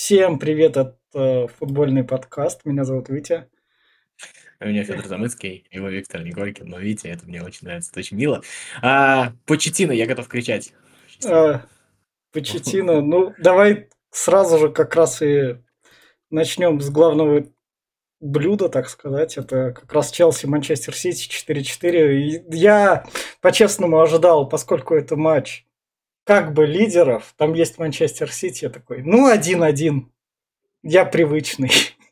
Всем привет, это футбольный подкаст. Меня зовут Витя. У меня Федор Замыцкий, его Виктор Николькин. Но видите, это мне очень нравится, это очень мило. Почетино, я готов кричать. Счастливо. А, Почетино. Ну, давай сразу же как раз и начнем с главного блюда, так сказать. Это как раз Челси Манчестер Сити 4-4. И я по-честному ожидал, поскольку это матч как бы лидеров, там есть Манчестер Сити, я такой, ну, 1-1. Я привычный.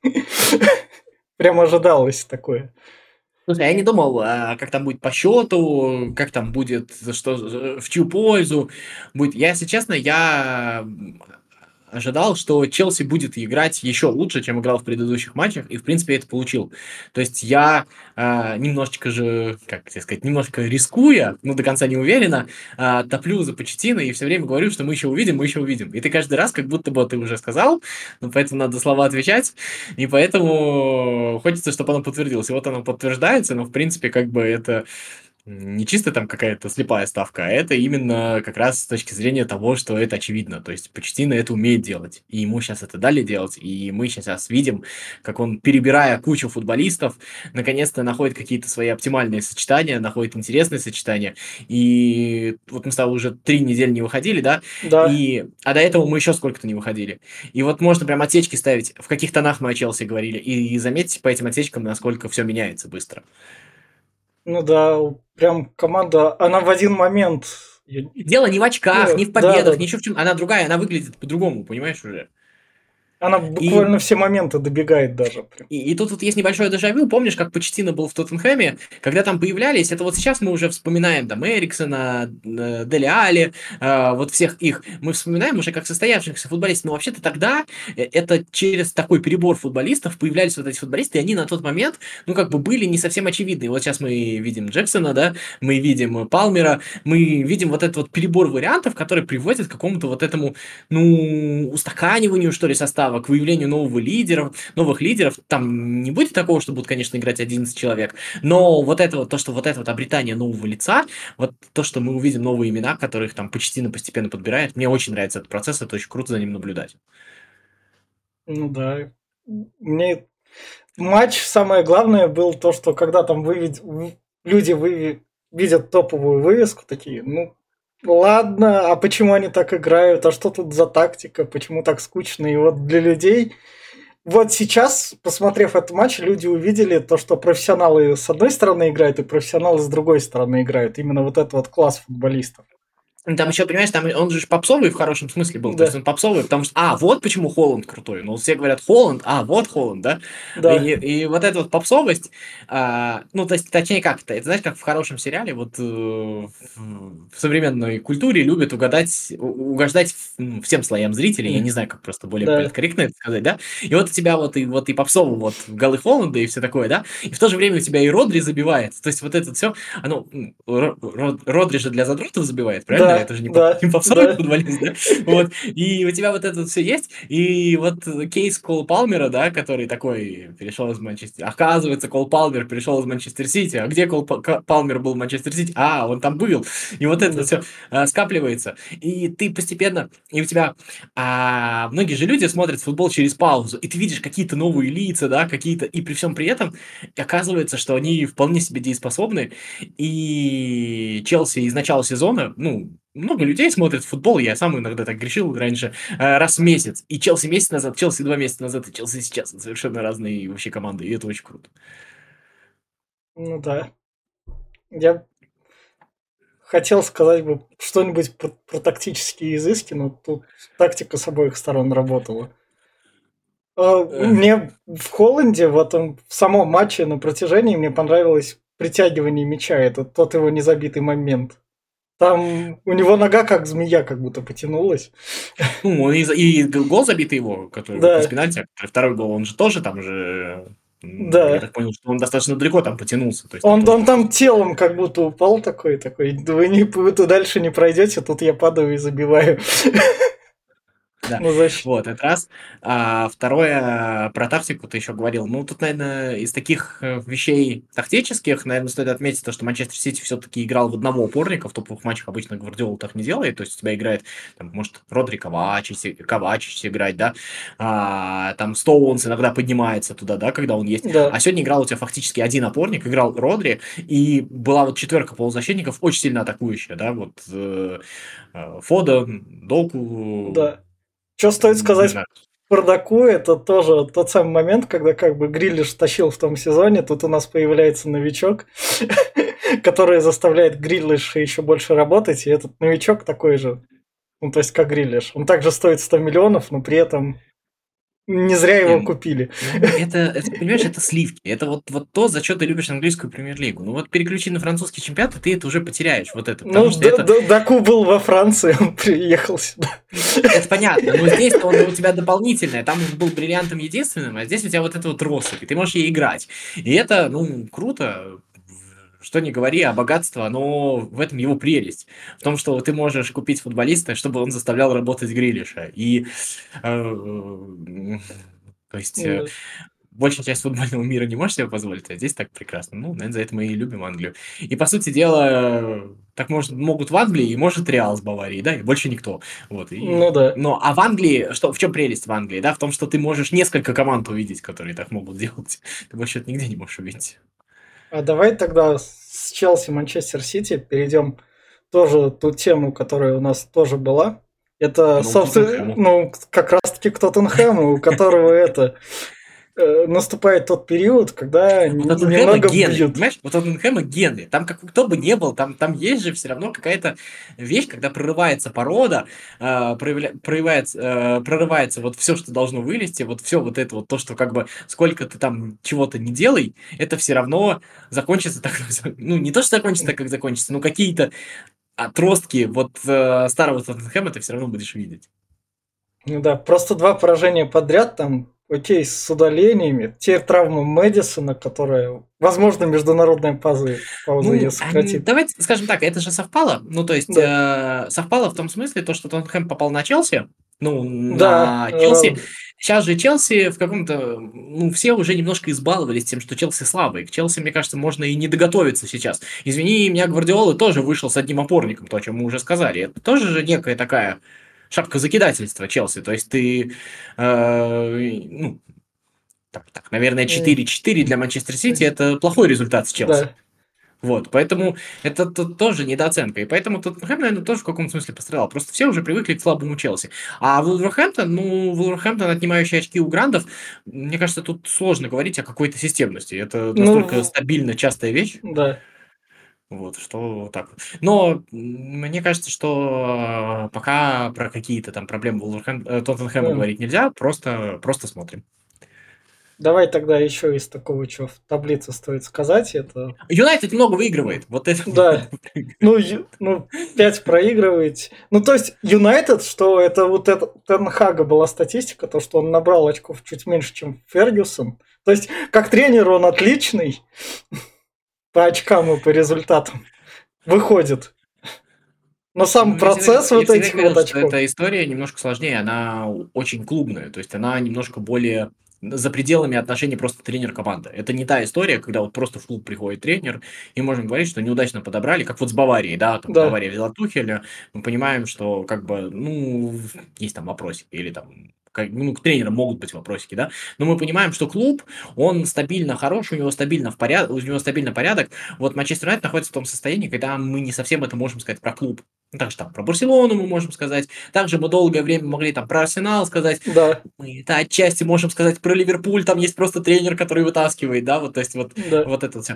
Прям ожидалось такое. Слушай, я не думал, как там будет по счету, как там будет, в чью пользу будет. Я, если честно, я ожидал, что Челси будет играть еще лучше, чем играл в предыдущих матчах, и, в принципе, это получил. То есть я немножечко же, как тебе сказать, немножко рискуя, но до конца не уверенно, топлю за Почеттино и все время говорю, что мы еще увидим, мы еще увидим. И ты каждый раз, как будто бы ты уже сказал, но поэтому надо слова отвечать, и поэтому хочется, чтобы оно подтвердилось. И вот оно подтверждается, но, в принципе, как бы это не чисто там какая-то слепая ставка, а это именно как раз с точки зрения того, что это очевидно. То есть Почеттино это умеет делать, и ему сейчас это дали делать, и мы сейчас видим, как он, перебирая кучу футболистов, наконец-то находит какие-то свои оптимальные сочетания, находит интересные сочетания. И вот мы с тобой уже 3 недели не выходили, да, Да, а до этого мы еще сколько-то не выходили. И вот можно прям отсечки ставить, в каких тонах мы о Челси говорили, и заметьте по этим отсечкам, насколько все меняется быстро. ну да, прям команда, она в один момент. Дело не в очках, не в Да, да, победах, да. ничего в чем. Она другая, она выглядит по-другому, понимаешь уже. Она И буквально все моменты добегает даже. Прям. И тут вот есть небольшое дежавю. Помнишь, как Почеттино был в Тоттенхэме, когда там появлялись, это вот сейчас мы уже вспоминаем там Эриксона, Дели Алли, вот всех их. Мы вспоминаем уже как состоявшихся футболистов. Но вообще-то тогда это через такой перебор футболистов появлялись вот эти футболисты, и они на тот момент, ну, как бы были не совсем очевидны. Вот сейчас мы видим Джексона, да, мы видим Палмера, мы видим вот этот вот перебор вариантов, который приводит к какому-то вот этому, ну, устаканиванию, что ли, состава, к выявлению новых лидеров, там не будет такого, что будут, конечно, играть 11 человек, но вот это вот, то, что вот это вот обретание нового лица, вот то, что мы увидим новые имена, которых там постепенно подбирает, мне очень нравится этот процесс, это очень круто за ним наблюдать. Ну да. Мне матч самое главное был то, что когда там люди видят топовую вывеску, такие, ну ладно, а почему они так играют, а что тут за тактика, почему так скучно, и вот для людей. Вот сейчас, посмотрев этот матч, люди увидели то, что профессионалы с одной стороны играют, и профессионалы с другой стороны играют. Именно вот этот вот класс футболистов. Там еще, понимаешь, там он же попсовый в хорошем смысле был. То есть Да, он попсовый, потому что, вот почему Холланд крутой. Ну, все говорят Холланд, вот Холланд, да? да. И вот эта вот попсовость, ну, то есть, точнее, как это? Это, знаешь, как в хорошем сериале, вот в современной культуре любят угождать всем слоям зрителей. Я не знаю, как просто более Да. политкорректно это сказать, да? И вот у тебя вот и попсово вот голы Холланда и все такое, да? И в то же время у тебя и Родри забивает. То есть вот это все, оно, Родри же для задротов забивает, правильно? Да, Это же не да, не попсовый да. футболист, да? Вот. И у тебя вот это все есть. И вот кейс Кол Палмера, да, который такой перешел из Манчестер. Оказывается, Кол Палмер перешел из Манчестер Сити. А где Палмер был в Манчестер Сити? Он там был. И вот это Да. все скапливается. И ты постепенно, и у тебя многие же люди смотрят футбол через паузу, и ты видишь какие-то новые лица, да, какие-то, и при всем при этом оказывается, что они вполне себе дееспособны, и Челси из начала сезона, ну, много людей смотрят футбол, я сам иногда так грешил раньше, раз в месяц. И Челси месяц назад, Челси 2 месяца назад, и Челси сейчас. Это совершенно разные вообще команды, и это очень круто. Ну да. Я хотел сказать бы что-нибудь про тактические изыски, но тут тактика с обоих сторон работала. Эх. Мне в Холланде, в самом матче на протяжении, мне понравилось притягивание мяча. Это тот его незабитый момент. Там у него нога как змея как будто потянулась. Ну, и гол забитый его, который вот из Да, пенальти, а второй гол, он же тоже там же, я да. так понял, что он достаточно далеко там потянулся, то есть там тоже Он пришлось. там телом как будто упал такой. Вы дальше не пройдете, тут я падаю и забиваю. Да, Ну, вот, это раз. Второе, про тактику ты еще говорил. Ну, тут, наверное, из таких вещей тактических, наверное, стоит отметить то, что Манчестер Сити все-таки играл в одного опорника. В топовых матчах обычно Гвардиола так не делает. То есть у тебя играет, там, может, Родри Ковачич играть, да. Там Стоунс иногда поднимается туда, да, когда он есть. да, А сегодня играл у тебя фактически один опорник, играл Родри, и была вот четверка полузащитников очень сильно атакующая, да, вот Фоден, Доку, да. Что стоит не сказать знаю. про Даку, это тоже тот самый момент, когда как бы Гриллиш тащил в том сезоне, тут у нас появляется новичок, который заставляет Гриллиша еще больше работать, и этот новичок такой же, ну, то есть как Гриллиш. Он также стоит 100 миллионов, но при этом не зря его Не, купили. ну, понимаешь, это сливки. Это вот то, за что ты любишь английскую премьер-лигу. Ну вот переключи на французский чемпионат, и ты это уже потеряешь. Вот это. Ну, Потому что это, Даку был во Франции, он приехал сюда. это понятно. Но здесь он у тебя дополнительное. Там он был бриллиантом единственным, а здесь у тебя вот это вот россыпь. И ты можешь ей играть. И это, ну, круто. Что не говори, а богатство, оно в этом его прелесть. В том, что ты можешь купить футболиста, чтобы он заставлял работать Грилиша. И то есть Да. большая часть футбольного мира не может себе позволить, а здесь так прекрасно. Ну, наверное, за это мы и любим Англию. И, по сути дела, так могут в Англии, и может Реал с Баварией, да, и больше никто. Вот, Ну да. а в Англии, в чем прелесть в Англии, да, в том, что ты можешь несколько команд увидеть, которые так могут делать. Ты больше это нигде не можешь увидеть. А давай тогда с Челси Манчестер Сити перейдем тоже ту тему, которая у нас тоже была. Это, Ну, к собственно, Тоттенхэму. ну, как раз-таки к Тоттенхэму, у которого это наступает тот период, когда У Тоттенхэма немного гены, бьют. понимаешь? У Тоттенхэма гены. Там как кто бы ни был, там есть же все равно какая-то вещь, когда прорывается порода, прорывается вот все, что должно вылезти, вот все вот это вот то, что как бы сколько ты там чего-то не делай, это все равно закончится так, ну не то, что закончится так, как закончится, но какие-то отростки вот старого Тоттенхэма ты все равно будешь видеть. Ну да, просто два поражения подряд, там, окей, с удалениями. Теперь травма Мэдисона, которая, возможно, международная пауза ее Ну, сократит. давайте скажем так, это же совпало. Ну, то есть, Да, совпало в том смысле, то, что Тоттенхэм попал на Челси, ну, да, на Челси. Сейчас же Челси в каком-то... Ну, все уже немножко избаловались тем, что Челси слабый. К Челси, мне кажется, можно и не доготовиться сейчас. Извини, меня Гвардиола тоже вышел с одним опорником, то, о чем мы уже сказали. Это тоже же некая такая шапка закидательства Челси. То есть ты... ну, так, наверное, м, 4-4 для Манчестер Сити это плохой результат с Челси. да. Вот, поэтому это тоже недооценка. И поэтому Тоттенхэм, наверное, тоже в каком-то смысле пострадал. Просто все уже привыкли к слабому Челси. А Вулверхэмптон, отнимающий очки у Грандов, мне кажется, тут сложно говорить о какой-то системности. Это Ну, настолько стабильно частая вещь, да. вот, что вот так вот. Но мне кажется, что пока про какие-то там проблемы Тоттенхэма М. говорить нельзя, просто смотрим. Давай тогда еще из такого, что в таблице стоит сказать, это... Юнайтед много выигрывает. Вот это много Да, выигрывает. ну 5 проигрываете. Ну, то есть, Юнайтед, что это вот это Тенхага была статистика, то, что он набрал очков чуть меньше, чем Фергюсон. То есть, как тренер он отличный по очкам и по результатам выходит. Но сам Ну, процесс я вот всегда этих вот говорил, что очков. эта история немножко сложнее, она очень клубная, то есть она немножко более за пределами отношений просто тренер-команда. Это не та история, когда вот просто в клуб приходит тренер, и можем говорить, что неудачно подобрали, как вот с Баварией, да, там Да, Бавария взяла Тухеля, мы понимаем, что как бы, ну, есть там вопросики, или там ну, к тренерам могут быть вопросики, да, но мы понимаем, что клуб, он стабильно хорош, у него стабильно порядок. Вот Манчестер Юнайтед находится в том состоянии, когда мы не совсем это можем сказать про клуб. Ну, также там про Барселону мы можем сказать. Также мы долгое время могли там про Арсенал сказать. да, Мы это отчасти можем сказать про Ливерпуль. Там есть просто тренер, который вытаскивает, да, вот, то есть да. вот это все.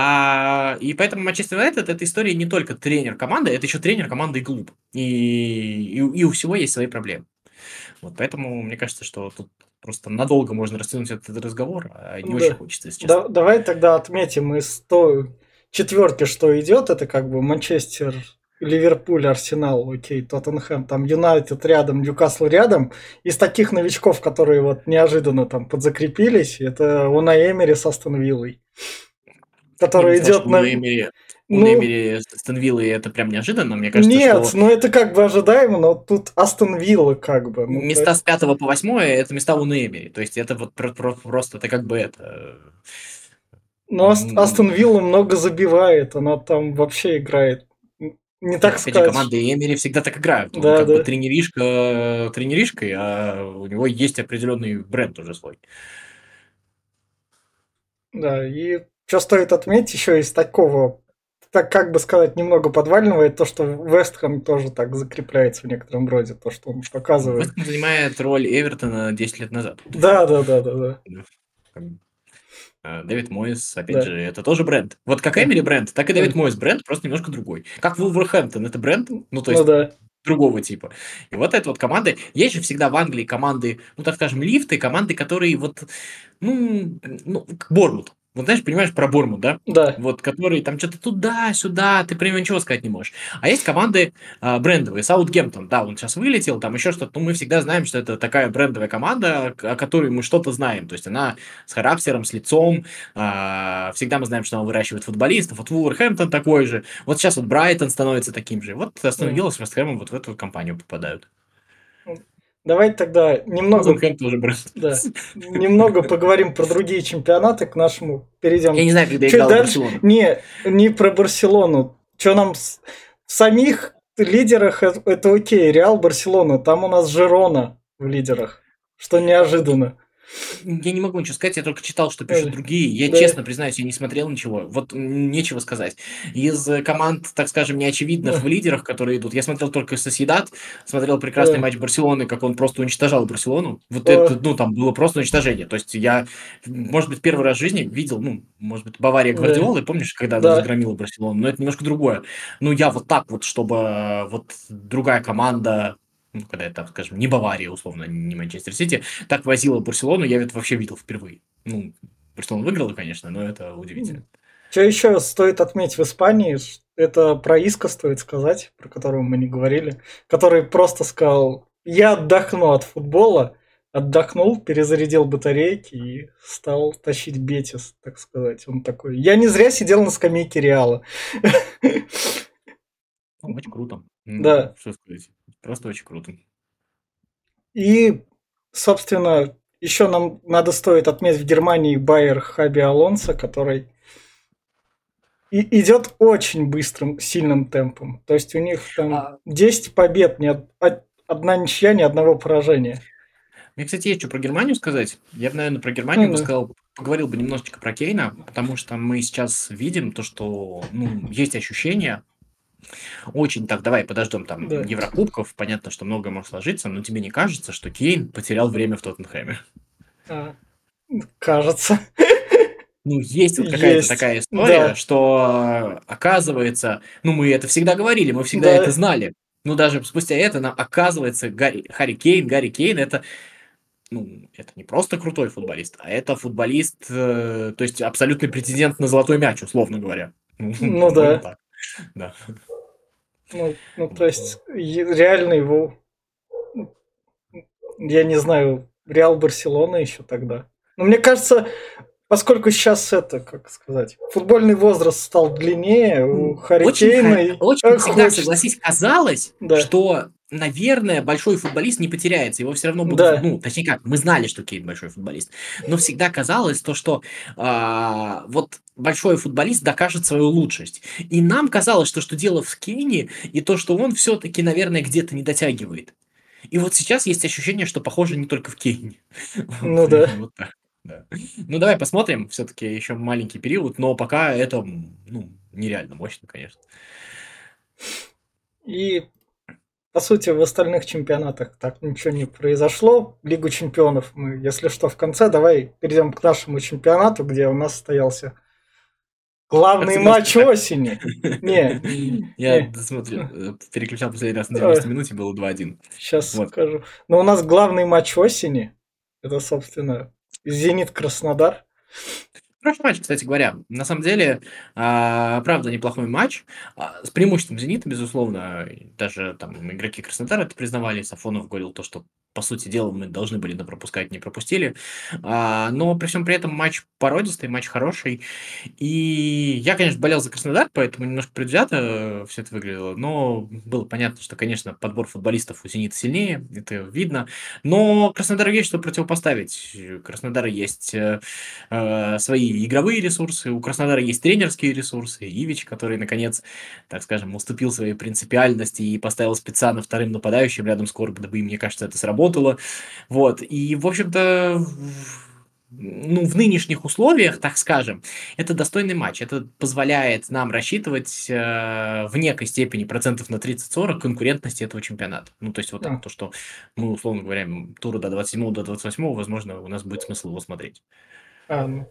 И поэтому Манчестер Юнайтед это история не только тренер команды, это еще тренер команды и клуб. И у всего есть свои проблемы. Вот поэтому мне кажется, что тут просто надолго можно растянуть этот разговор, а не очень Да. хочется, если честно. Давай тогда отметим из той четверки, что идет, это как бы Манчестер, Ливерпуль, Арсенал, окей, Тоттенхэм, там Юнайтед рядом, Ньюкасл рядом. Из таких новичков, которые вот неожиданно там подзакрепились, это Унай Эмери с Астон Виллой, Я бы который сказал, идет что Унai Эмери у Ну, Немери с Астон Виллой это прям неожиданно. Мне кажется, нет, что ну это как бы ожидаемо, но тут Астон Вилла как бы, ну то места с есть... 5 по 8 это места у Немери. То есть это вот просто это как бы это... Но Астон Вилла много забивает, она там вообще играет. Не Нет, так опять же, сказать. команды Эмери всегда так играют. Он Да, как бы да, тренеришка тренеришкой, а у него есть определенный бренд уже свой. да. И что стоит отметить еще из такого, так как бы сказать, немного подвального, это то, что Вест Хэм тоже так закрепляется в некотором роде, то, что он Ну, показывает. Вест Хэм занимает роль Эвертона 10 лет назад. Да, да, да, да, да, Да. Как бы, Дэвид Мойс, опять да, же, это тоже бренд. Вот как да, Эмери бренд, так и Дэвид да. Мойс бренд, просто немножко другой. Как Вулверхэмптон, это бренд, ну, то Ну есть да, другого типа. И вот эта вот команда, есть же всегда в Англии команды, ну, так скажем, лифты, команды, которые вот, ну, к Борнмут. Вот знаешь, понимаешь про Борнмут, да? да, Вот, которые там что-то туда-сюда, ты прям ничего сказать не можешь. А есть команды брендовые. Саутгемптон, да, он сейчас вылетел, там еще что-то. Ну, мы всегда знаем, что это такая брендовая команда, о которой мы что-то знаем. То есть она с характером, с лицом. Всегда мы знаем, что она выращивает футболистов. Вот Вулверхэмптон такой же. Вот сейчас вот Брайтон становится таким же. Вот Астон м, Вилла с Вест Хэмом вот в эту компанию попадают. давай тогда немного, Тоттенхэм тоже бренд. да, немного поговорим про другие чемпионаты, к нашему Я перейдем не знаю, когда чуть играла дальше. Барселона. Не про Барселону. Что нам в самих лидерах это окей, Реал, Барселона, там у нас Жирона в лидерах, что неожиданно. Я не могу ничего сказать, я только читал, что пишут Э, другие. Я Да, честно признаюсь, я не смотрел ничего. Вот нечего сказать. Из команд, так скажем, неочевидных в э, лидерах, которые идут, я смотрел только Соседат, смотрел прекрасный э, матч Барселоны, как он просто уничтожал Барселону. Вот э, это, ну, там было просто уничтожение. То есть я, может быть, первый раз в жизни видел, ну, может быть, Бавария да, Гвардиолы, помнишь, когда она да, разгромила Барселону, но это немножко другое. Ну, я вот так вот, чтобы вот другая команда, ну, когда это, так скажем, не Бавария, условно, не Манчестер Сити, так возила Барселону, я это вообще видел впервые. Ну, Барселона выиграла, конечно, но это удивительно. Что еще стоит отметить в Испании, это про Иска стоит сказать, про которого мы не говорили, который просто сказал, я отдохну от футбола, отдохнул, перезарядил батарейки и стал тащить Бетис, так сказать. Он такой, я не зря сидел на скамейке Реала. Ну, очень круто. Да. Что сказать. Просто очень круто. И, собственно, еще нам надо стоит отметить в Германии Байер Хаби Алонсо, который идет очень быстрым, сильным темпом. То есть у них там А, 10 побед, одна ничья, ни одного поражения. Мне, кстати, есть что про Германию сказать. Я бы, наверное, про Германию бы Ну, сказал, поговорил бы немножечко про Кейна, потому что мы сейчас видим то, что, ну, есть ощущение, очень так, давай подождем там да. Еврокубков, понятно, что многое может сложиться, но тебе не кажется, что Кейн потерял время в Тоттенхэме? А, кажется. Ну, есть вот какая-то Есть. такая история, Да. что оказывается, ну, мы это всегда говорили, мы всегда это Да. знали. Ну, даже спустя это нам оказывается Гарри Кейн это, ну, это не просто крутой футболист, а это футболист, то есть абсолютный претендент на золотой мяч, условно говоря. Ну, Ну по-моему, да. так. Да. Ну, то Вот. есть, реально его, я не знаю, Реал Барселона еще тогда. Но мне кажется, поскольку сейчас это, как сказать, футбольный возраст стал длиннее, у Харри Кейна и Очень всегда, хочется. согласись, казалось, Да, что, наверное, большой футболист не потеряется, его все равно будут, да, ну, точнее как, мы знали, что Кейн большой футболист, но всегда казалось то, что вот большой футболист докажет свою лучшесть. И нам казалось, что дело в Кейне, и то, что он все-таки, наверное, где-то не дотягивает. И вот сейчас есть ощущение, что похоже не только в Кейне. Вот, ну да. примерно вот так. Да. Ну, давай посмотрим. Все-таки еще маленький период, но пока это, ну, нереально мощно, конечно. И, по сути, в остальных чемпионатах так ничего не произошло. Лигу чемпионов мы, если что, в конце. Давай перейдем к нашему чемпионату, где у нас состоялся Как главный сыграл матч Спартак? осени. Не, Я не. досмотрел, переключал последний раз на 90 минуте, было 2-1. Сейчас Вот. скажу. Но у нас главный матч осени. Это, собственно, Зенит Краснодар. Хороший матч, кстати говоря. На самом деле, правда, неплохой матч. С преимуществом «Зенита», безусловно. И даже там игроки Краснодара это признавали. Сафонов говорил то, что по сути дела, мы должны были пропускать, не пропустили. Но при всем при этом матч породистый, матч хороший. И я, конечно, болел за Краснодар, поэтому немножко предвзято все это выглядело. Но было понятно, что, конечно, подбор футболистов у «Зенита» сильнее, это видно. Но Краснодару есть что противопоставить. У Краснодара есть свои игровые ресурсы, у Краснодара есть тренерские ресурсы. Ивич, который, наконец, так скажем, уступил своей принципиальности и поставил специально вторым нападающим рядом с Корбом, дабы, мне кажется, это сработало. Вот. И, в общем-то, ну, в нынешних условиях, так скажем, это достойный матч. Это позволяет нам рассчитывать в некой степени процентов на 30-40 конкурентности этого чемпионата. Ну, то есть вот так, то, что мы, условно говоря, тура до 27-го, до 28-го, возможно, у нас будет смысл его смотреть. Ну,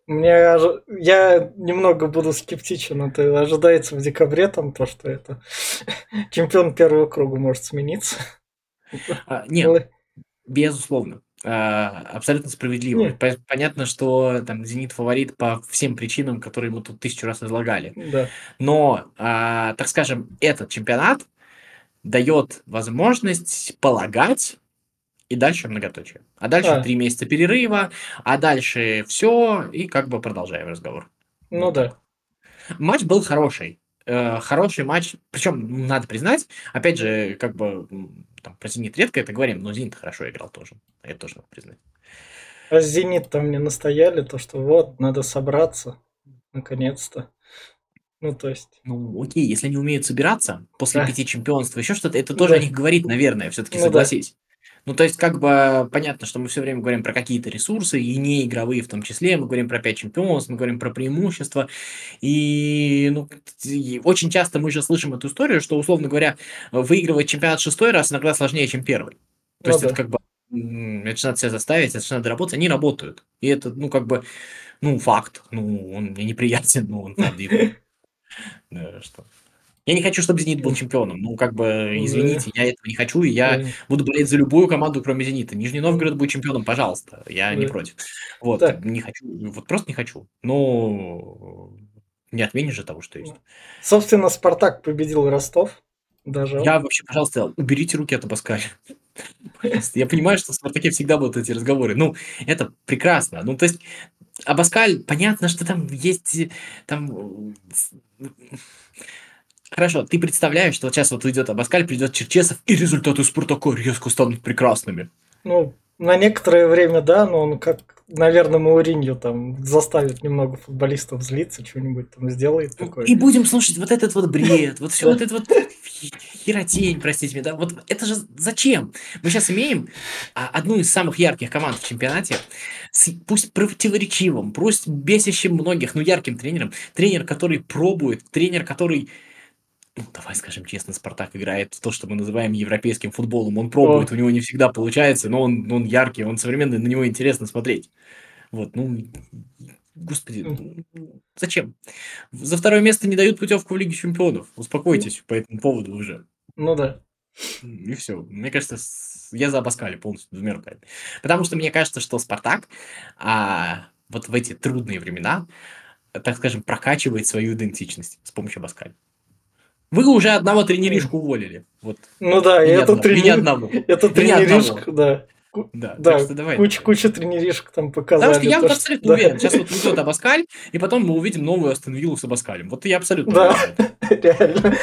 я немного буду скептичен. Это ожидается в декабре, там то, что это чемпион первого круга может смениться. Нет, безусловно. Абсолютно справедливо. Нет. Понятно, что там «Зенит» фаворит по всем причинам, которые мы тут 1000 раз излагали. Да. Но, так скажем, этот чемпионат дает возможность полагать, и дальше многоточие. А дальше 3 месяца перерыва, а дальше все, и как бы продолжаем разговор. Ну вот да. Так. Матч был хороший. Хороший матч. Причем, надо признать, опять же, как бы там, про «Зенит» редко это говорим, но «Зенит» хорошо играл тоже. Это тоже надо признать. А «Зенит» там не настояли, то что вот, надо собраться, наконец-то. Ну, то есть... Ну, окей, если они умеют собираться после Да. 5 чемпионств, еще что-то, это тоже о них говорит, наверное, все-таки Ну да. согласись. Ну, то есть, как бы понятно, что мы все время говорим про какие-то ресурсы, и не игровые в том числе, мы говорим про 5 чемпионств, мы говорим про преимущества, и ну, очень часто мы же слышим эту историю, что, условно говоря, выигрывать чемпионат 6-й раз иногда сложнее, чем первый. То есть, это как бы, это же надо себя заставить, это же надо работать, они работают. И это, ну, как бы, ну, факт, ну, он мне неприятен, но он правдивый. Да, что... Я не хочу, чтобы «Зенит» был чемпионом. Ну, как бы, извините, я этого не хочу, и я буду болеть за любую команду, кроме «Зенита». Нижний Новгород будет чемпионом, пожалуйста, я не против. Вот, Да. не хочу, вот просто не хочу. Но не отменишь же того, что есть. Собственно, «Спартак» победил Ростов. Даже Я вообще, пожалуйста, уберите руки от Абаскаля. Я понимаю, что в «Спартаке» всегда будут эти разговоры. Ну, это прекрасно. Ну, то есть, Абаскаль, понятно, что там есть... Там... Хорошо, ты представляешь, что вот сейчас вот уйдет Абаскаль, придет Черчесов, и результаты «Спартака» резко станут прекрасными. Ну, на некоторое время, да, но он как, наверное, Мауриньо там заставит немного футболистов злиться, что-нибудь там сделает такое. И будем слушать вот этот вот бред, вот все вот это вот херотень, простите меня, да, вот это же зачем? Мы сейчас имеем одну из самых ярких команд в чемпионате, пусть противоречивым, пусть бесящим многих, но ярким тренером, тренер, который пробует, тренер, который... Ну, давай скажем честно, «Спартак» играет в то, что мы называем европейским футболом. Он пробует, у него не всегда получается, но он яркий, он современный, на него интересно смотреть. Вот, ну, господи, зачем? За второе место не дают путевку в Лигу чемпионов. Успокойтесь по этому поводу уже. Ну да. И все. Мне кажется, я за Абаскаля полностью, двумя руками. Потому что мне кажется, что «Спартак» вот в эти трудные времена, так скажем, прокачивает свою идентичность с помощью Абаскаля. Вы уже одного тренеришку уволили. Вот. Ну да, это тренеришка, да. Да, так что давай. Куча тренеришек там показали. Потому что я вот абсолютно уверен, сейчас вот уйдет Абаскаль, и потом мы увидим новую Астон Виллу с Абаскалем. Вот я абсолютно уверен. Да, реально.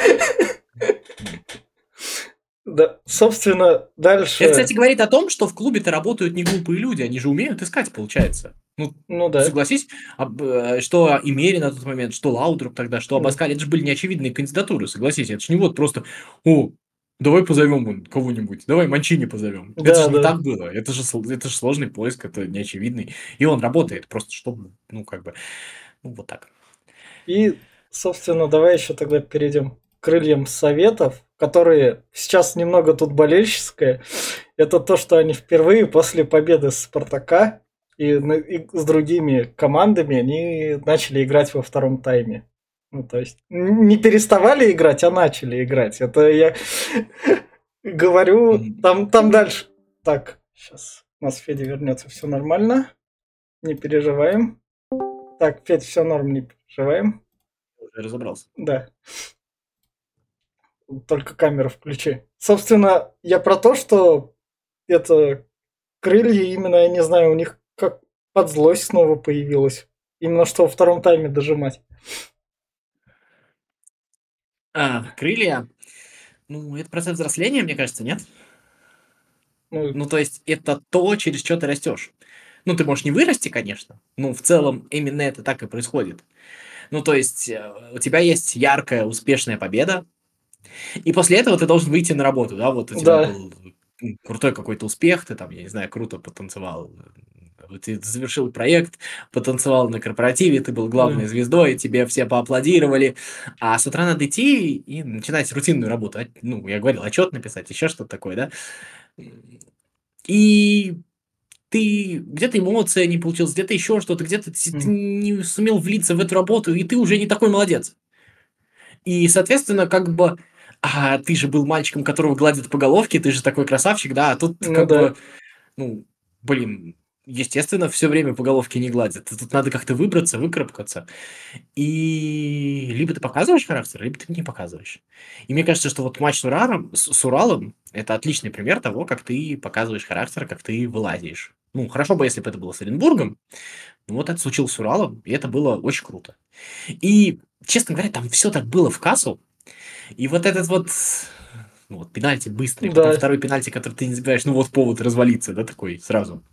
Да, собственно, дальше... Это, кстати, говорит о том, что в клубе-то работают не глупые люди, они же умеют искать, получается. Ну да. Согласись, что и Мери на тот момент, что Лаудруп тогда, что Абаскаль, это же были неочевидные кандидатуры, согласись, это же не вот просто, давай позовем кого-нибудь, давай Манчини позовем. Да, это же не так было, это же сложный поиск, это неочевидный, и он работает, просто чтобы, вот так. И, собственно, давай еще тогда перейдем к крыльям советов, которые сейчас немного тут болельщическое. Это то, что они впервые после победы «Спартака» и с другими командами они начали играть во втором тайме. Ну, то есть, не переставали играть, а начали играть. Это я говорю, там дальше. Так, сейчас у нас Федя вернется, все нормально. Не переживаем. Так, Федь, все норм, не переживаем. Уже разобрался. Да. Только камеру включи. Собственно, я про то, что это крылья именно, я не знаю, у них как под злость снова появилась. Именно что во втором тайме дожимать. Крылья. Ну, это процесс взросления, мне кажется, нет? Ну, Ну, то есть, это то, через что ты растешь. Ну, ты можешь не вырасти, конечно, но в целом именно это так и происходит. Ну, то есть, у тебя есть яркая, успешная победа, и после этого ты должен выйти на работу, да, вот у тебя да, был крутой какой-то успех, ты там, я не знаю, круто потанцевал, ты завершил проект, потанцевал на корпоративе, ты был главной да. звездой, тебе все поаплодировали, а с утра надо идти и начинать рутинную работу. Ну, я говорил, отчет написать, еще что-то такое, да. И ты где-то эмоция не получилась, где-то еще что-то, где-то ты не сумел влиться в эту работу, и ты уже не такой молодец. И, соответственно, как бы, ты же был мальчиком, которого гладят по головке, ты же такой красавчик, да, а тут Ну как да. бы, ну, блин, естественно, все время по головке не гладят. Тут надо как-то выбраться, выкарабкаться. И либо ты показываешь характер, либо ты не показываешь. И мне кажется, что вот матч с Уралом это отличный пример того, как ты показываешь характер, как ты вылазишь. Ну, хорошо бы, если бы это было с Оренбургом, но вот это случилось с Уралом, и это было очень круто. И, честно говоря, там все так было в кассу, и вот этот вот, ну, вот пенальти быстрый, потом Да. второй пенальти, который ты не забиваешь, ну вот повод развалиться, да, такой сразу.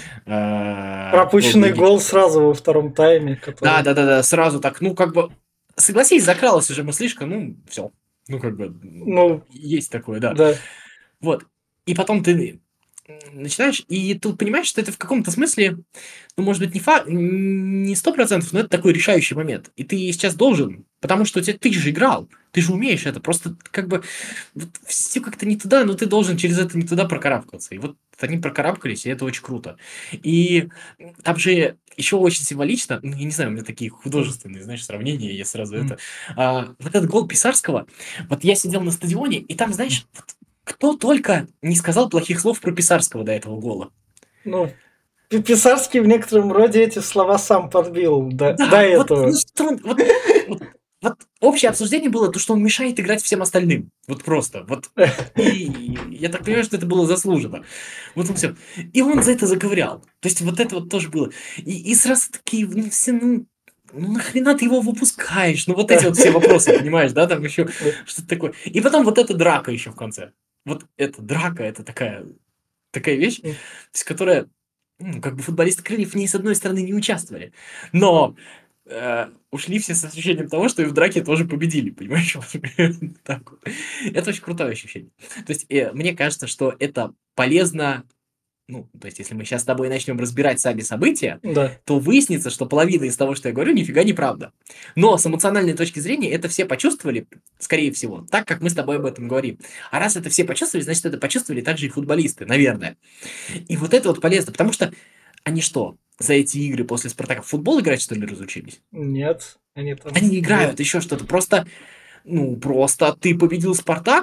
Пропущенный Голгоевич. гол сразу во втором тайме, который... Да, сразу так, ну, как бы, согласись, закралась уже мыслишка, ну, все. Ну, как бы, Ну, есть такое, да. да. Вот. И потом ты начинаешь, и тут понимаешь, что это в каком-то смысле, ну, может быть, не 100%, но это такой решающий момент. И ты сейчас должен, потому что ты же играл, ты же умеешь это, просто как бы вот все как-то не туда, но ты должен через это не туда прокарабкаться. И вот они прокарабкались, и это очень круто. И там же еще очень символично, ну, я не знаю, у меня такие художественные, знаешь, сравнения, я сразу это... вот этот гол Писарского, вот я сидел на стадионе, и там, знаешь, вот кто только не сказал плохих слов про Писарского до этого гола. Ну, Писарский в некотором роде эти слова сам подбил до Да, вот, ну, этого. что вот общее обсуждение было то, что он мешает играть всем остальным. Вот просто. Вот. И я так понимаю, что это было заслуженно. Вот и все. И он за это заковырял. То есть вот это вот тоже было. И сразу такие, ну, все, ну нахрена ты его выпускаешь? Ну вот эти вот все вопросы, понимаешь, да, там еще что-то такое. И потом вот эта драка еще в конце. Вот эта драка, это такая вещь, то есть, которая, как бы футболисты Крыльев в ней, с одной стороны, не участвовали. Но ушли все с ощущением того, что и в драке тоже победили, понимаешь? Вот примерно так вот. Это очень крутое ощущение. То есть, мне кажется, что это полезно. Ну, то есть, если мы сейчас с тобой начнем разбирать сами события, Да. то выяснится, что половина из того, что я говорю, нифига не правда. Но с эмоциональной точки зрения это все почувствовали, скорее всего, так, как мы с тобой об этом говорим. А раз это все почувствовали, значит, это почувствовали также и футболисты, наверное. И вот это вот полезно, потому что они что, за эти игры после Спартака в футбол играть, что ли, разучились? Нет, они Они там... не Да. играют еще что-то. Просто, просто ты победил Спартак,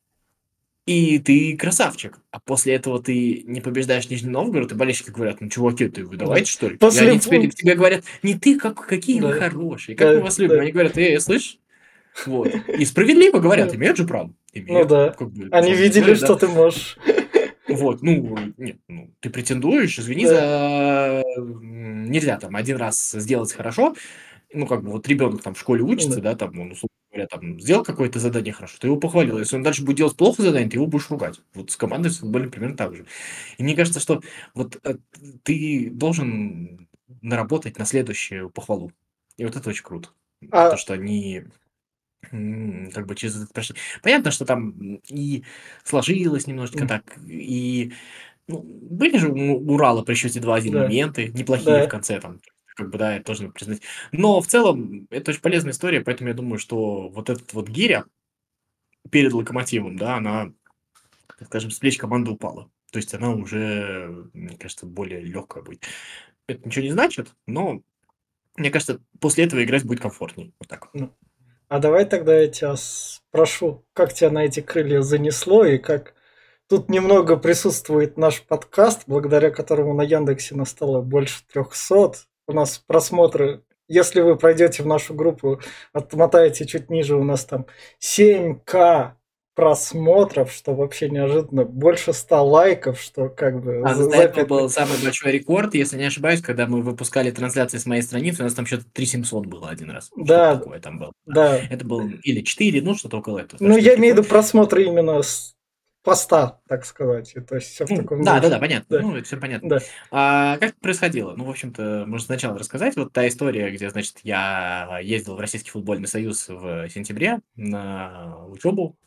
и ты красавчик. А после этого ты не побеждаешь Нижний Новгород, и болельщики говорят, ну, чуваки, ты вы Да. давайте, что ли? И После... они теперь тебе говорят, не ты, какие вы Да. хорошие, как мы Да. вас любим. Да. Они говорят, слышь? Вот. И справедливо говорят, имеют же право. Ну Имеют. да. Как бы, Они что же не видели, спорить, да? что ты можешь. Вот, ну, нет, ну, ты претендуешь, извини Да. за... Нельзя там один раз сделать хорошо, ну, как бы вот ребенок там в школе учится, Да. да, там, он, условно говоря, там, сделал какое-то задание хорошо, ты его похвалил. Если он дальше будет делать плохо задание, ты его будешь ругать. Вот с командой с футбольным примерно так же. И мне кажется, что вот ты должен наработать на следующую похвалу. И вот это очень круто. То, А, что они как бы через это прошли. Понятно, что там и сложилось немножечко так, и были же у Урала при счете 2:1 да. моменты неплохие в Да. конце там, как бы, да, это тоже надо признать. Но в целом это очень полезная история, поэтому я думаю, что вот этот вот гиря перед Локомотивом, да, она, так скажем, с плеч команды упала. То есть она уже, мне кажется, более легкая будет. Это ничего не значит, но мне кажется, после этого играть будет комфортнее. Вот так. Ну. А давай тогда я тебя спрошу, как тебя на эти крылья занесло и как тут немного присутствует наш подкаст, благодаря которому на Яндексе нас стало больше 300. У нас просмотры, если вы пройдете в нашу группу, отмотаете чуть ниже, у нас там 7К просмотров, что вообще неожиданно, больше 100 лайков, что как бы До этого был самый большой рекорд, если не ошибаюсь, когда мы выпускали трансляции с моей страницы, у нас там что-то 3700 было один раз. Что-то Да, такое там было. да. Это был или 4, ну что-то около этого. Так Ну, что я это имею в рекорд. виду просмотры именно с поста, так сказать. И то есть все в таком Да, духе. понятно. Да, Ну, это все понятно. да. А как это происходило? Ну, в общем-то, можно сначала рассказать. Вот та история, где, значит, я ездил в Российский футбольный союз в сентябре на учебу.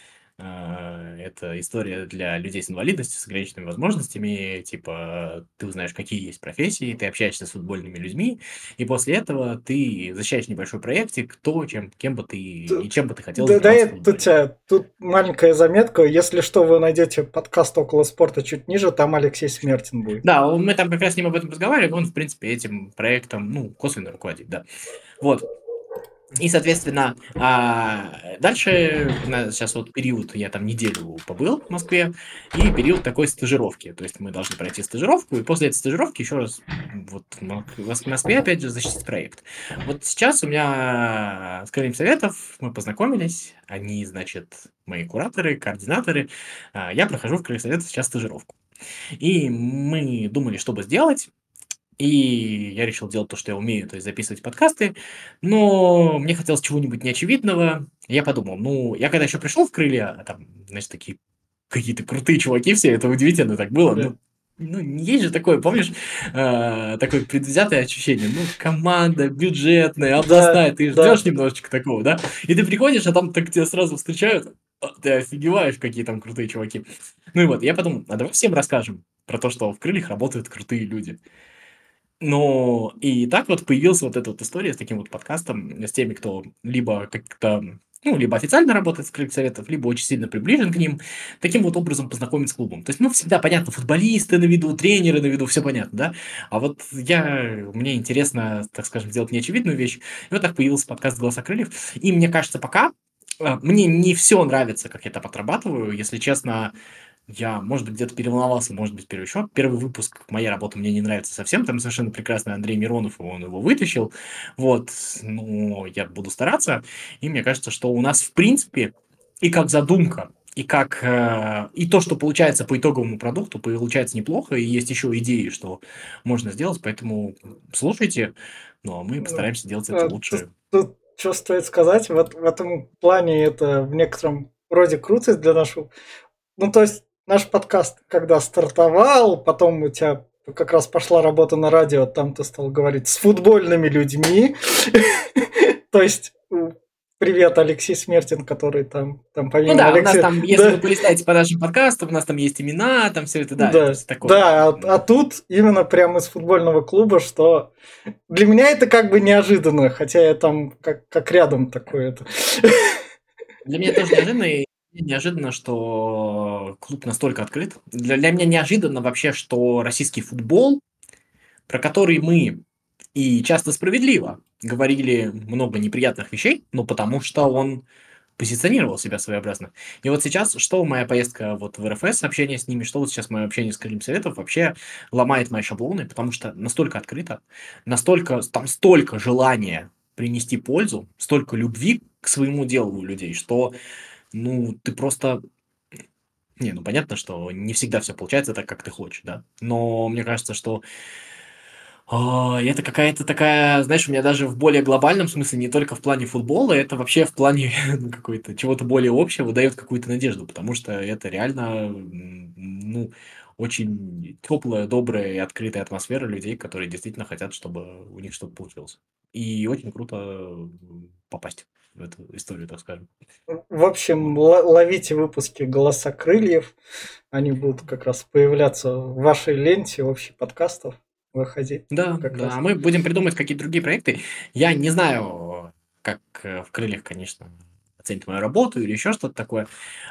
Это история для людей с инвалидностью, с ограниченными возможностями. Типа, ты узнаешь, какие есть профессии, ты общаешься с футбольными людьми, и после этого ты защищаешь небольшой проектик, кто, кем бы ты и чем бы ты хотел Да, заниматься в тут, футболе. тут маленькая заметка. Если что, вы найдете подкаст «Около спорта» чуть ниже, там Алексей Смертин будет. Да, мы там как раз с ним об этом разговаривали, он, в принципе, этим проектом, ну, косвенно руководит, да. Вот. И, соответственно, дальше сейчас вот период, я там неделю побыл в Москве, и период такой стажировки. То есть мы должны пройти стажировку, и после этой стажировки еще раз вот в Москве опять же защитить проект. Вот сейчас у меня с Крыльем Советов мы познакомились, они, значит, мои кураторы, координаторы. Я прохожу в Крылья Советов сейчас стажировку. И мы думали, что бы сделать. И я решил делать то, что я умею, то есть записывать подкасты, но мне хотелось чего-нибудь неочевидного. Я подумал, ну, я когда еще пришел в Крылья, там, значит, такие какие-то крутые чуваки все, это удивительно так было, Да. ну, есть же такое, помнишь, такое предвзятое ощущение, ну, команда бюджетная, Да, областная, ты да. ждешь немножечко такого, да? И ты приходишь, а там так тебя сразу встречают, ты офигеваешь, какие там крутые чуваки. Ну и вот, я подумал, а давай всем расскажем про то, что в Крыльях работают крутые люди. Ну, и так вот появилась вот эта вот история с таким вот подкастом, с теми, кто либо как-то, ну, либо официально работает в Крыльях Советов, либо очень сильно приближен к ним, таким вот образом познакомить с клубом. То есть, ну, всегда понятно, футболисты на виду, тренеры на виду, все понятно, да? А вот мне интересно, так скажем, сделать неочевидную вещь. И вот так появился подкаст «Голоса крыльев». И мне кажется, пока мне не все нравится, как я это отрабатываю. Если честно, я, может быть, где-то переволновался, может быть, еще. Первый выпуск моей работы мне не нравится совсем. Там совершенно прекрасный Андрей Миронов, он его вытащил. Вот, ну, я буду стараться. И мне кажется, что у нас, в принципе, и как задумка, и как и то, что получается по итоговому продукту, получается неплохо, и есть еще идеи, что можно сделать, поэтому слушайте, ну, а мы постараемся делать это лучше. Тут что стоит сказать, вот в этом плане это в некотором роде крутость для нашего. Ну, то есть наш подкаст, когда стартовал, потом у тебя как раз пошла работа на радио, там ты стал говорить с футбольными людьми. То есть привет, Алексей Смертин, который там Ну помимо да, у нас Алексея. там, если вы Да, полистаете по нашим подкастам, у нас там есть имена, там все это, да, это да, все такое. да. А тут именно прямо из футбольного клуба, что для меня это как бы неожиданно, хотя я там как рядом такое это. Для меня тоже неожиданно, и неожиданно, что клуб настолько открыт. Для меня неожиданно вообще, что российский футбол, про который мы и часто справедливо говорили много неприятных вещей, но потому что он позиционировал себя своеобразно. И вот сейчас, что моя поездка вот в РФС, общение с ними, что вот сейчас мое общение с Крыльем Советов вообще ломает мои шаблоны, потому что настолько открыто, настолько, там столько желания принести пользу, столько любви к своему делу у людей, что, ну, ты просто... Не, ну понятно, что не всегда все получается так, как ты хочешь, да. Но мне кажется, что это какая-то такая, знаешь, у меня даже в более глобальном смысле, не только в плане футбола, это вообще в плане ну, какой-то чего-то более общего дает какую-то надежду, потому что это реально, ну, очень теплая, добрая и открытая атмосфера людей, которые действительно хотят, чтобы у них что-то получилось. И очень круто попасть в эту историю, так скажем. В общем, Вот. ловите выпуски «Голоса крыльев». Они будут как раз появляться в вашей ленте общих подкастов. Выходить Да, как да. раз. А мы будем придумать какие-то другие проекты. Я не знаю, как в крыльях, конечно, оценить мою работу или еще что-то такое.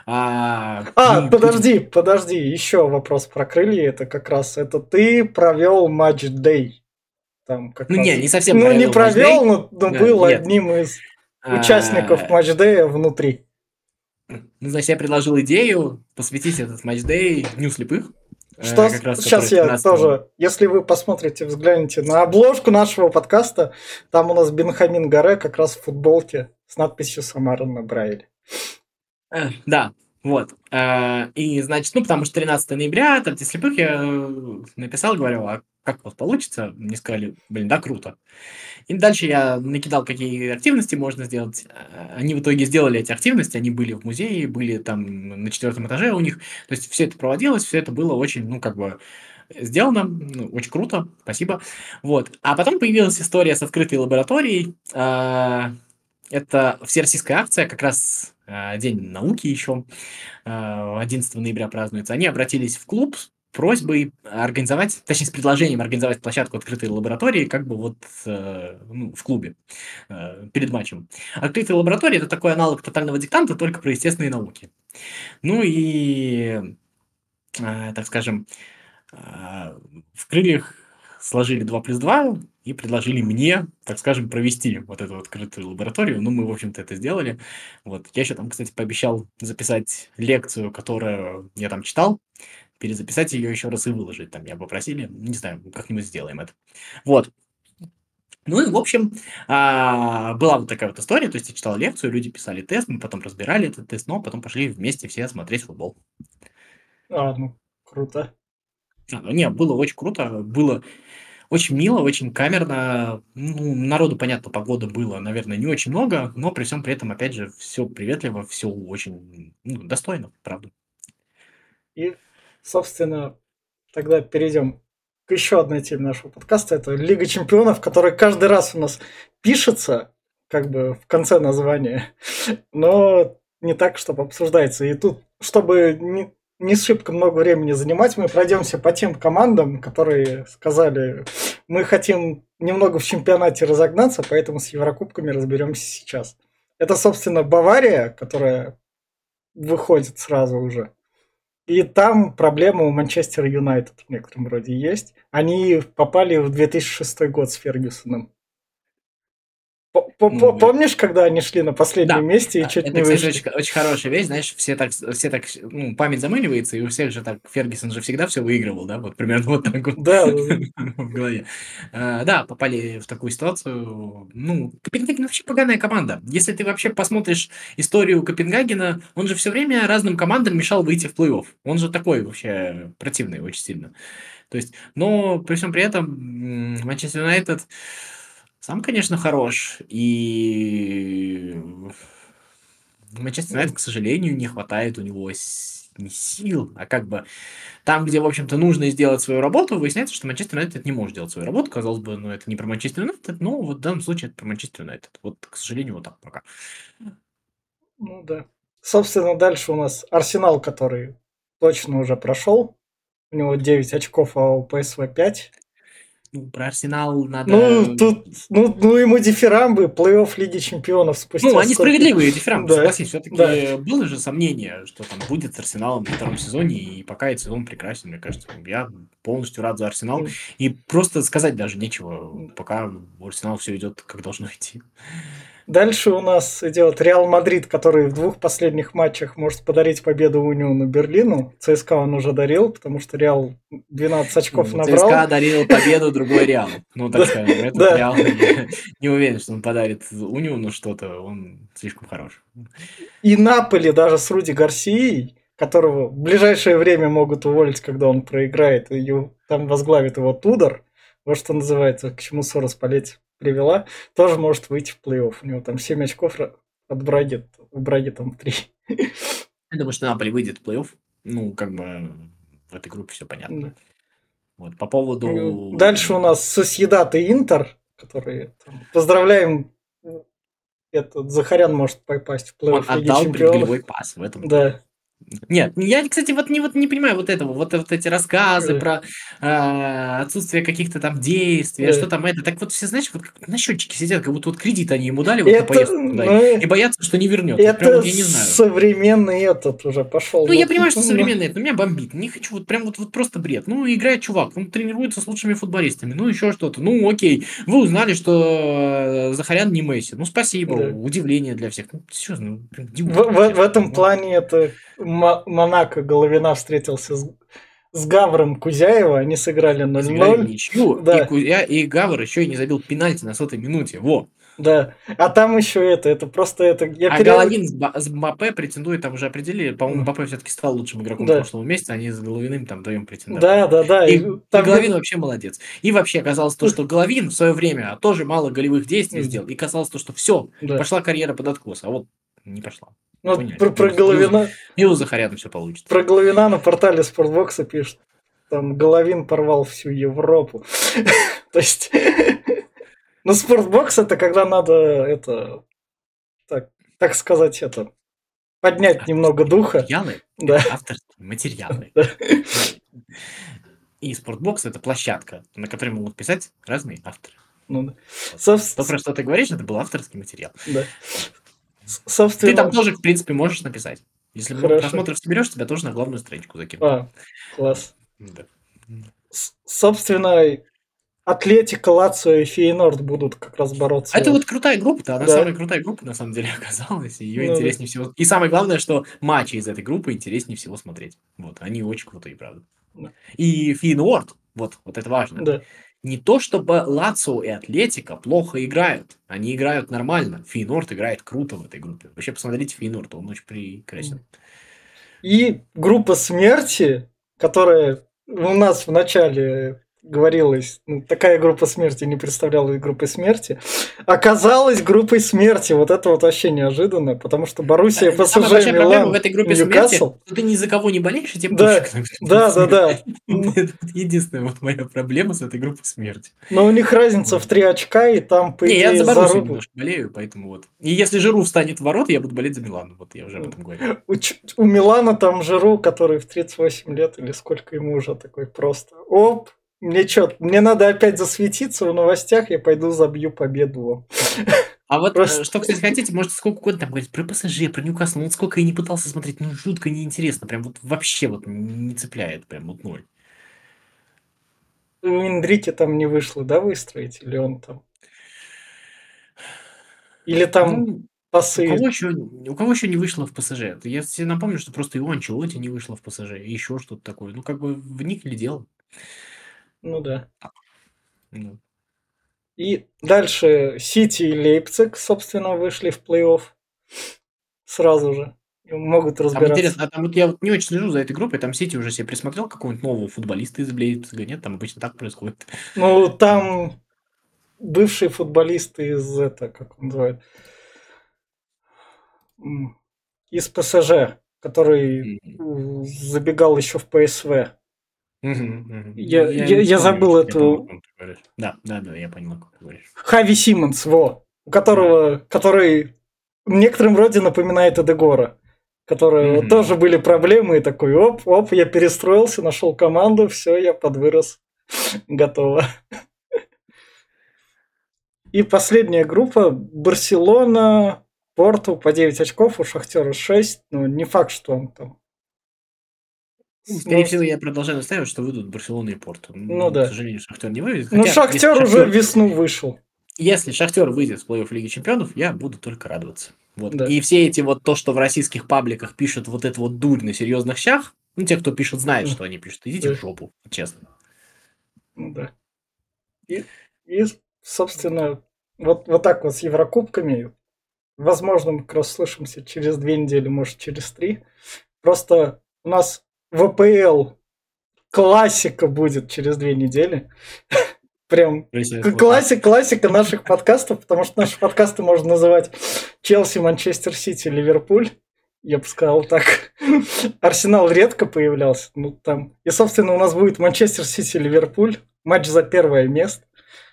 Мы будем. Подожди, еще вопрос про крылья. Это как раз это ты провел матч-дэй. Там как Ну, не, раз. не совсем Ну, не провел провел, матчдей. но был Нет. одним из участников А, матч-дэя внутри. Ну, значит, я предложил идею посвятить этот матчдей Дню слепых, Что как раз который сейчас я 15. тоже, если вы посмотрите, взгляните на обложку нашего подкаста, там у нас Бенхамин Гаре как раз в футболке с надписью «Самара» на Брайле. Да, вот. И, значит, ну, потому что 13 ноября, там, для слепых я написал, говорю, а как у вас получится? Мне сказали, блин, да, круто. И дальше я накидал, какие активности можно сделать. Они в итоге сделали эти активности, они были в музее, были там на 4-м этаже у них. То есть все это проводилось, все это было очень, ну, как бы сделано, ну, очень круто, спасибо. Вот. А потом появилась история с открытой лабораторией. Это всероссийская акция, как раз День науки еще, 11 ноября празднуется. Они обратились в клуб с просьбой организовать, точнее, с предложением организовать площадку открытой лаборатории, как бы вот ну, в клубе перед матчем. Открытая лаборатория — это такой аналог тотального диктанта, только про естественные науки. Ну и, так скажем, в крыльях сложили 2+2 и предложили мне, так скажем, провести вот эту открытую лабораторию. Ну, мы, в общем-то, это сделали. Вот. Я еще там, кстати, пообещал записать лекцию, которую я там читал, перезаписать ее еще раз и выложить. Там меня попросили. Не знаю, как-нибудь сделаем это. Вот. Ну и, в общем, была вот такая вот история. То есть я читал лекцию, люди писали тест, мы потом разбирали этот тест, но потом пошли вместе все смотреть футбол. Ну, круто. Не, было очень круто, было очень мило, очень камерно. Ну, народу, понятно, погода было, наверное, не очень много, но при всем при этом, опять же, все приветливо, все очень достойно, правда. И, собственно, тогда перейдем к еще одной теме нашего подкаста. Это Лига чемпионов, которая каждый раз у нас пишется, как бы в конце названия, но не так, чтобы обсуждается. И тут, чтобы не шибко много времени занимать, мы пройдемся по тем командам, которые сказали, мы хотим немного в чемпионате разогнаться, поэтому с Еврокубками разберемся сейчас. Это, собственно, Бавария, которая выходит сразу уже. И там проблема у Манчестер Юнайтед в некотором роде есть. Они попали в 2006 год с Фергюсоном. Ну, Помнишь, когда они шли на последнем да, месте и чуть это, не кстати, вышли? очень хорошая вещь, знаешь, все так, ну, память замыливается, и у всех же так, Фергюсон же всегда все выигрывал, да, вот примерно вот так вот Да, в голове. Да, попали в такую ситуацию, ну, Копенгаген вообще поганая команда. Если ты вообще посмотришь историю Копенгагена, он же все время разным командам мешал выйти в плей-офф. Он же такой вообще противный очень сильно. То есть, но при всем при этом Манчестер Юнайтед сам, конечно, хорош, и Манчестер Юнайтед, к сожалению, не хватает у него не сил, а как бы там, где, в общем-то, нужно сделать свою работу, выясняется, что Манчестер Юнайтед не может делать свою работу. Казалось бы, ну, это не про Манчестер Юнайтед, но вот в данном случае это про Манчестер Юнайтед. Вот, к сожалению, вот так пока. ну да. Собственно, дальше у нас Арсенал, который точно уже прошел. У него 9 очков, а у ПСВ 5. Ну, про Арсенал Ну, надо... тут, ну ему дифирамбы, плей-офф Лиги Чемпионов Ну, спустя они сколько? справедливые дифирамбы, Да, согласись. да. Все-таки было же сомнение, что там будет с Арсеналом во втором сезоне, и пока этот сезон прекрасен, мне кажется. Я полностью рад за Арсенал. И просто сказать даже нечего, пока у Арсенала все идет как должно идти. Дальше у нас идет Реал Мадрид, который в 2 последних матчах может подарить победу Униону Берлину. ЦСКА он уже дарил, потому что Реал 12 очков Ну, набрал. ЦСКА дарил победу другой Реал. Ну, так Да, скажем, этот да. Реал я не уверен, что он подарит Униону что-то, он слишком хорош. И Наполи даже с Руди Гарсией, которого в ближайшее время могут уволить, когда он проиграет, и там возглавит его Тудор, вот что называется, к чему ссора с Палетти привела, тоже может выйти в плей-офф. У него там 7 очков от Браги, у Браги там 3. Я думаю, что Наполи выйдет в плей-офф. Ну, как бы в этой группе все понятно. Да. Вот, по поводу... Дальше у нас Сосьедат и Интер, которые поздравляем, этот Захарян может попасть в Он плей-офф Лиги отдал Чемпионов. голевой пас, в этом дело. Да. Нет, я, кстати, вот не понимаю вот этого, вот эти рассказы Да. про отсутствие каких-то там действий, а Да. что там это. Так вот все, знаешь, вот как на счетчике сидят, как будто вот кредит они ему дали вот на Это, поездку туда, и ну, боятся, что не вернет. Вот прям это вот я не знаю. современный этот уже пошел. Ну, я понимаю, что современный это, но меня бомбит. Не хочу, вот прям вот просто бред. Ну, играет чувак, он тренируется с лучшими футболистами, ну, еще что-то. Ну, окей, вы узнали, что Захарян не Месси. Ну, спасибо, Да. удивление для всех. Ну, серьезно, ну, прям идиоты В честно. этом плане это Монако Головина встретился с Гавром Кузяева, они сыграли И сыграли в 0-0. ничью, Да, и Гавр еще и не забил пенальти на 100-й минуте. Во. Да. А там еще это просто это... Я А Головин с Мбаппе претендует, там уже определили. По-моему, Мбаппе все-таки стал лучшим игроком Да. прошлого месяца, они с Головиным там вдвоем Да, претендовали. да, да. И Там Головин вообще молодец. И вообще оказалось то, что Головин в свое время тоже мало голевых действий сделал. И казалось то, что все, Да. пошла карьера под откос. А вот не пошла. Ну, Поняли. про Головина... Милу Захаряну все получится. Про Головина на портале Спортбокса пишут. Там Головин порвал всю Европу. То есть... Ну, Спортбокс это когда надо это... Так сказать, это... Поднять немного духа. Материалы? Да. Авторские материалы. Да. И Спортбокс — это площадка, на которой могут писать разные авторы. Ну, да. То, про что ты говоришь, это был авторский материал. Да. Собственно... Ты там тоже, в принципе, можешь написать. Если много Хорошо. просмотров соберешь, тебя тоже на главную страничку закинут. А, класс. Да. Собственно, Атлетико, Лацио и Фейнорд будут как раз бороться. А это вот крутая группа-то, она Да. самая крутая группа, на самом деле, оказалась. И ее Ну да. интереснее всего. И самое главное, что матчи из этой группы интереснее всего смотреть. Вот, они очень крутые, правда. Да. И Фейнорд, вот это важно. Да. Не то, чтобы Лацио и Атлетико плохо играют. Они играют нормально. Фейнорд играет круто в этой группе. Вообще, посмотрите Фейнорд, он очень прекрасен. И группа смерти, которая у нас в начале говорилось, такая группа смерти не представляла группой смерти, оказалась группой смерти. Вот это вот вообще неожиданно, потому что Боруссия, ПСЖ, Самая большая проблема Милан, в этой группе Ньюкасл. смерти, что ты ни за кого не болеешь, и тебе Да, пофиг. да. Это единственная вот моя проблема с этой группой смерти. Но у них разница в 3 очка, и там, по Не, идее, я за Боруссию зарубу. немножко болею, поэтому вот. И если Жиру встанет в ворота, я буду болеть за Милан. Вот я уже об этом говорил. У Милана там Жиру, который в 38 лет, или сколько ему уже, такой просто. Оп, мне надо опять засветиться в новостях, я пойду забью победу. А вот Просто- что, кстати, хотите, можете сколько угодно там говорить про ПСЖ, про Ньюкасл, ну вот сколько я не пытался смотреть, ну жутко неинтересно, прям вот вообще вот не цепляет, прям вот ноль. У Энрике там не вышло, да, выстроить? Или он там... Или там Ну, пасы... у кого еще не вышло в ПСЖ? Я себе напомню, что просто и у Анчелотти не вышло в ПСЖ, и еще что-то такое. Ну, как бы в них ли дело? Ну да. Ну. И дальше Сити и Лейпциг, собственно, вышли в плей-офф сразу же. И могут Там разбираться. интересно, там вот я вот не очень слежу за этой группой, там Сити уже себе присмотрел какого-нибудь нового футболиста из Лейпцига, нет? Там обычно так происходит. Ну, там бывший футболист из это, как он называет, из ПСЖ, который забегал еще в ПСВ. Я забыл эту... Да, я понял, как ты говоришь. Хави Симмонс, который в некотором роде напоминает Эдегора, который тоже были проблемы, и такой, оп, я перестроился, нашел команду, все, я подвырос, готово. И последняя группа, Барселона, Порту по 9 очков, у Шахтера 6, ну не факт, что он там. Скорее всего, я продолжаю настаивать, что выйдут Барселона и Порту. Ну да. К сожалению, Шахтер не выведет. Ну, Шахтер уже в весну вышел. Если Шахтер выйдет в плей-офф Лиги Чемпионов, я буду только радоваться. Вот. Да. И все эти вот то, что в российских пабликах пишут вот это вот дурь на серьезных щах, ну, те, кто пишут, знают, что они пишут. Идите в жопу, честно. Ну да. И собственно, вот так вот с Еврокубками. Возможно, мы как раз слышимся через 2 недели, может, через 3. Просто у нас в АПЛ классика будет через 2 недели. Прям классика наших подкастов, потому что наши подкасты можно называть Челси, Манчестер Сити, Ливерпуль. Я бы сказал так. Арсенал редко появлялся. Ну, там. И, собственно, у нас будет Манчестер Сити, Ливерпуль. Матч за 1 место.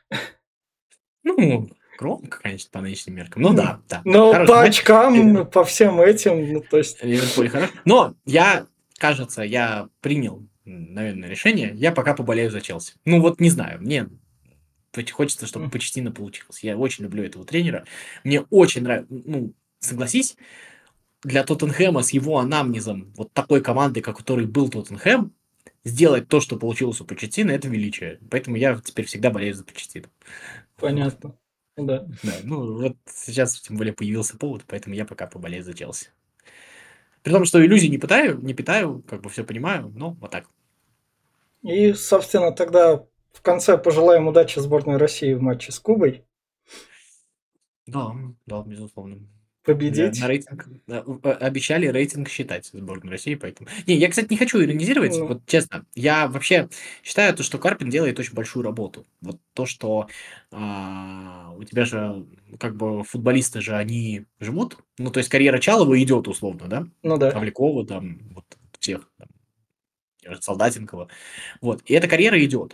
Ну, громко, конечно, по нынешним меркам. Ну да. Но хороший по очкам, по всем этим, ну то есть... Ливерпуль хорошо. Но кажется, я принял, наверное, решение. Я пока поболею за Челси. Ну вот не знаю, мне хочется, чтобы Почеттино получилось. Я очень люблю этого тренера. Мне очень нравится, ну, согласись, для Тоттенхэма с его анамнезом вот такой команды, как который был Тоттенхэм, сделать то, что получилось у Почеттино, это величие. Поэтому я теперь всегда болею за Почеттино. Понятно. Да. Ну, вот сейчас, тем более, появился повод, поэтому я пока поболею за Челси. При том, что иллюзий не питаю, как бы все понимаю, но вот так. И, собственно, тогда в конце пожелаем удачи сборной России в матче с Кубой. Да, да, безусловно. На победить. рейтинг обещали рейтинг считать сборную России, поэтому не, я, кстати, не хочу иронизировать, Ну, вот честно. Я вообще считаю, то, что Карпин делает очень большую работу. Вот то, что, у тебя же, как бы, футболисты же, они живут, ну, то есть карьера Чалова идет условно, да, ну да, Павлякова там, вот всех там, Солдатенкова. Вот, и эта карьера идет.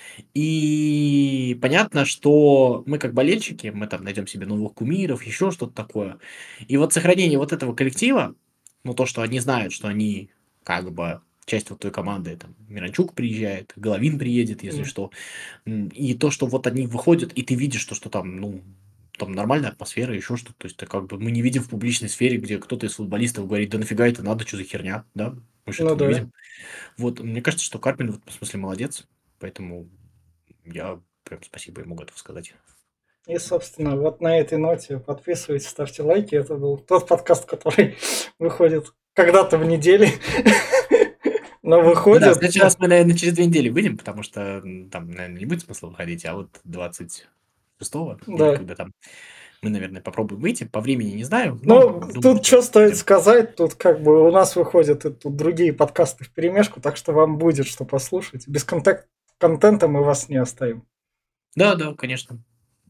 И понятно, что мы как болельщики, мы там найдем себе новых кумиров, еще что-то такое. И вот сохранение вот этого коллектива, ну то, что они знают, что они как бы часть вот той команды, там, Миранчук приезжает, Головин приедет, если м, что. И то, что вот они выходят, и ты видишь, что там, ну, там нормальная атмосфера, еще что-то. То есть, это как бы мы не видим в публичной сфере, где кто-то из футболистов говорит, да нафига это надо, что за херня, да? Мы же ну этого не да. видим. Вот, мне кажется, что Карпин в этом смысле молодец, поэтому я прям спасибо ему готов сказать. И, собственно, вот на этой ноте подписывайтесь, ставьте лайки. Это был тот подкаст, который выходит когда-то в неделе, но Ну да, в выходит. следующий раз мы, наверное, через 2 недели выйдем, потому что там, наверное, не будет смысла выходить, а вот 26 или Да. когда там мы, наверное, попробуем выйти. По времени не знаю, но Ну, думаю, тут что что стоит выйдем. сказать, тут как бы у нас выходят и тут другие подкасты в перемешку, так что вам будет что послушать. Без контента мы вас не оставим. Да, да, конечно.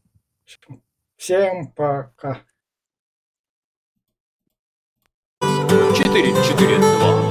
Всем пока. 4-4-2.